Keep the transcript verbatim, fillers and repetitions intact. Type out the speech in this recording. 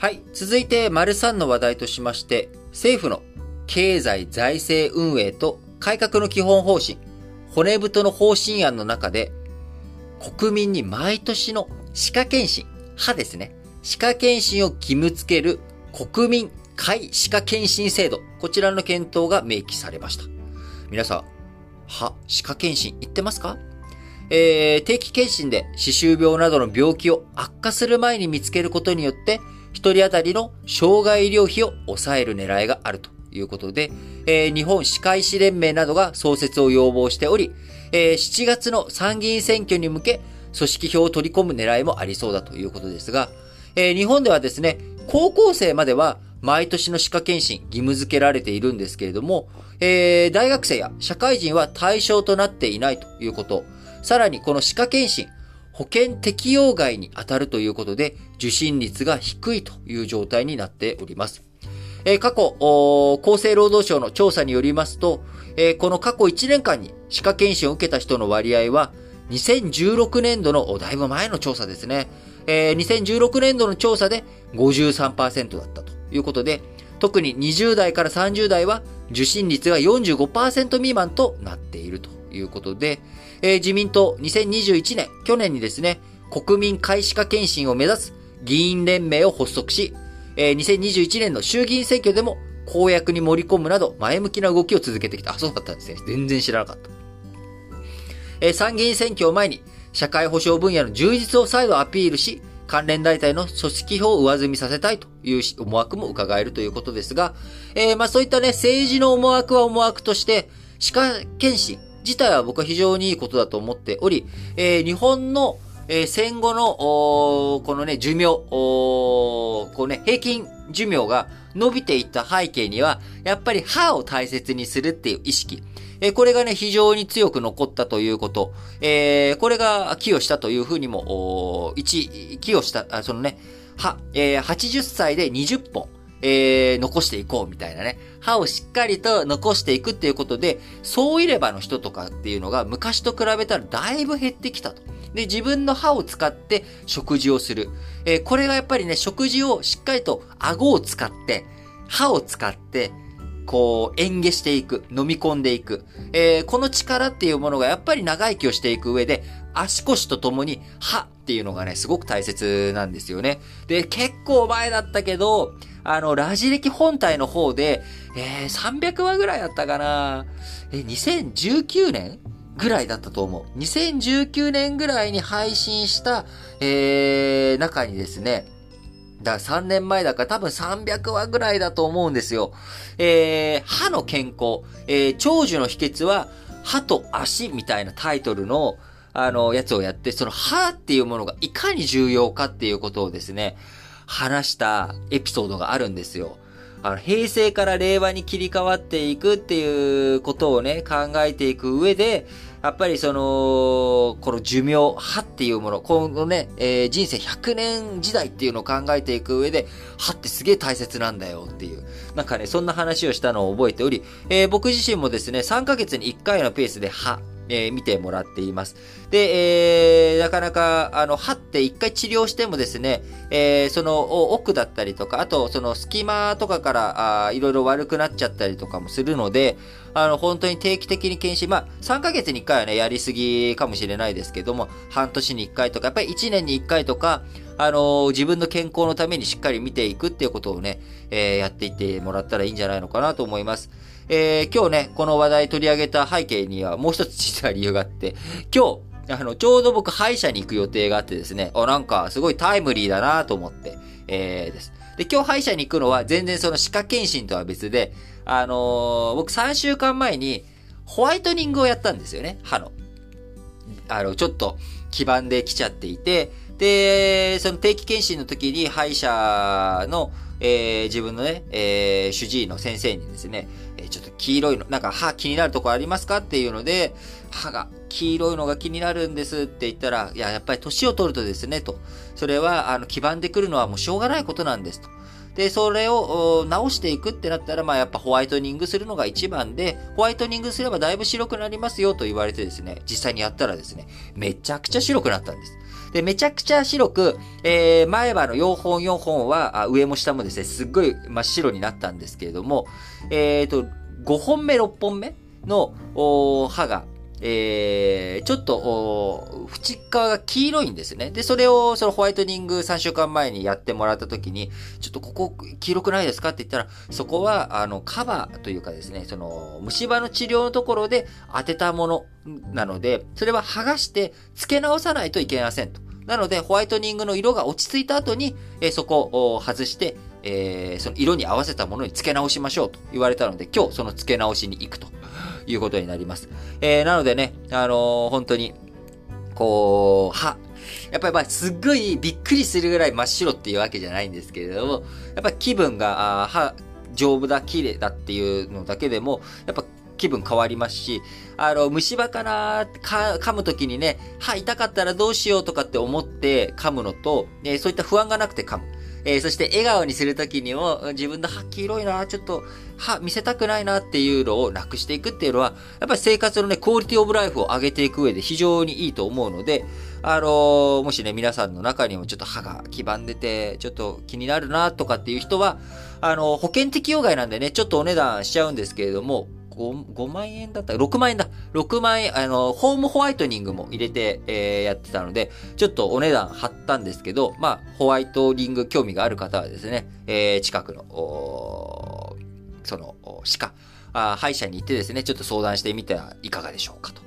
はい。続いて、丸さんの話題としまして、政府の経済財政運営と改革の基本方針、骨太の方針案の中で、国民に毎年の歯科検診、歯ですね。歯科検診を義務付ける国民皆歯科検診制度、こちらの検討が明記されました。皆さん、歯、歯科検診行ってますか？えー、定期検診で歯周病などの病気を悪化する前に見つけることによって、一人当たりの生涯医療費を抑える狙いがあるということで、えー、日本歯科医師連盟などが創設を要望しており、えー、しちがつの参議院選挙に向け、組織票を取り込む狙いもありそうだということですが、えー、日本ではですね、高校生までは毎年の歯科検診義務付けられているんですけれども、えー、大学生や社会人は対象となっていないということ。さらにこの歯科検診、保険適用外に当たるということで、受診率が低いという状態になっております。えー、過去、厚生労働省の調査によりますと、えー、この過去いちねんかんに歯科検診を受けた人の割合は、にせんじゅうろくねんどの、だいぶ前の調査ですね。えー、にせんじゅうろくねんどの調査で ごじゅうさんパーセント だったということで、特ににじゅうだいからさんじゅうだいは受診率が よんじゅうごパーセント 未満となっているということで、えー、自民党にせんにじゅういちねん、去年にですね、国民皆歯科検診を目指す議員連盟を発足し、えー、にせんにじゅういちねんの衆議院選挙でも公約に盛り込むなど前向きな動きを続けてきた。あ、そうだったんですね。全然知らなかった。えー、参議院選挙を前に社会保障分野の充実を再度アピールし、関連団体の組織票を上積みさせたいという思惑も伺えるということですが、えー、まあそういったね、政治の思惑は思惑として、歯科検診自体は僕は非常にいいことだと思っており、えー、日本の、えー、戦後の、このね、寿命、こうね、平均寿命が伸びていった背景には、やっぱり歯を大切にするっていう意識、えー、これがね、非常に強く残ったということ、えー、これが寄与したというふうにも、一、寄与した、そのね、歯、えー、はちじゅっさいでにじゅっぽん、えー、残していこうみたいなね。歯をしっかりと残していくっていうことで、総入れ歯の人とかっていうのが昔と比べたらだいぶ減ってきたと。で、自分の歯を使って食事をする。えー、これがやっぱりね、食事をしっかりと顎を使って、歯を使って、こう、嚥下していく、飲み込んでいく。えー、この力っていうものがやっぱり長生きをしていく上で、足腰とともに歯っていうのがね、すごく大切なんですよね。で、結構前だったけど、あの、ラジ歴本体の方で、えー、さんびゃくわぐらいだったかな。え、にせんじゅうきゅうねんぐらいだったと思う。にせんじゅうきゅうねんぐらいに配信した、えー、中にですね、だからさんねんまえだから多分さんびゃくわぐらいだと思うんですよ。えー、歯の健康、えー、長寿の秘訣は歯と足みたいなタイトルのあのやつをやって、その歯っていうものがいかに重要かっていうことをですね、話したエピソードがあるんですよ。あの、平成から令和に切り替わっていくっていうことをね、考えていく上で、やっぱりその、この寿命、歯っていうもの、このね、えー、人生ひゃくねん時代っていうのを考えていく上で、歯ってすげえ大切なんだよっていう。なんかね、そんな話をしたのを覚えており、えー、僕自身もですね、さんかげつにいっかいのペースで歯、えー、見てもらっています。で、えー、なかなか、あの、歯って一回治療してもですね、えー、その奥だったりとか、あと、その隙間とかから、あいろいろ悪くなっちゃったりとかもするので、あの、本当に定期的に検診、まあ、さんかげつにいっかいはね、やりすぎかもしれないですけども、半年にいっかいとか、やっぱりいちねんにいっかいとか、あのー、自分の健康のためにしっかり見ていくっていうことをね、えー、やっていってもらったらいいんじゃないのかなと思います。えー、今日ね、この話題取り上げた背景にはもう一つ実は理由があって、今日、あの、ちょうど僕歯医者に行く予定があってですね、あ、なんかすごいタイムリーだなと思って、えー、です。で、今日歯医者に行くのは全然その歯科検診とは別で、あのー、僕さんしゅうかんまえにホワイトニングをやったんですよね、歯の。あの、ちょっと黄ばんできちゃっていて、で、その定期検診の時に歯医者の、えー、自分のね、えー、主治医の先生にですね、えー、ちょっと黄色いの、なんか歯気になるとこありますかっていうので、歯が黄色いのが気になるんですって言ったら、いや、やっぱり年を取るとですね、と。それは、あの、黄ばんでくるのはもうしょうがないことなんですと。で、それを直していくってなったら、まあやっぱホワイトニングするのが一番で、ホワイトニングすればだいぶ白くなりますよと言われてですね、実際にやったらですね、めちゃくちゃ白くなったんです。 で、めちゃくちゃ白く、えー、前歯のよんほんよんほんは、あ上も下もですね、すっごい真っ白になったんですけれども、えーと、ごほんめ、ろっぽんめの歯が、えー、ちょっと、縁側が黄色いんですね。で、それを、そのホワイトニングさんしゅうかんまえにやってもらった時に、ちょっとここ黄色くないですかって言ったら、そこは、あの、カバーというかですね、その、虫歯の治療のところで当てたものなので、それは剥がして付け直さないといけませんと。なので、ホワイトニングの色が落ち着いた後に、えー、そこを外して、えー、その色に合わせたものに付け直しましょうと言われたので、今日その付け直しに行くということになります。えー、なのでね、あのー、本当に、こう、歯、やっぱりまあすっごいびっくりするぐらい真っ白っていうわけじゃないんですけれども、やっぱり気分が、あ歯、丈夫だ、綺麗だっていうのだけでも、やっぱ気分変わりますし、あの、虫歯かなか、噛むときにね、歯痛かったらどうしようとかって思って噛むのと、えー、そういった不安がなくて噛む。えー、そして笑顔にするときにも、自分の歯黄色いな、ちょっと歯見せたくないなっていうのをなくしていくっていうのは、やっぱり生活のね、クオリティオブライフを上げていく上で非常にいいと思うので、あのー、もしね、皆さんの中にもちょっと歯が黄ばんでて、ちょっと気になるなとかっていう人は、あのー、保険適用外なんでね、ちょっとお値段しちゃうんですけれども、5, ごまんえんだったらろくまんえんだ。ろくまんえん、あの、ホームホワイトニングも入れて、えー、やってたので、ちょっとお値段張ったんですけど、まあ、ホワイトニング興味がある方はですね、えー、近くの、その、歯科、あ歯医者に行ってですね、ちょっと相談してみてはいかがでしょうかと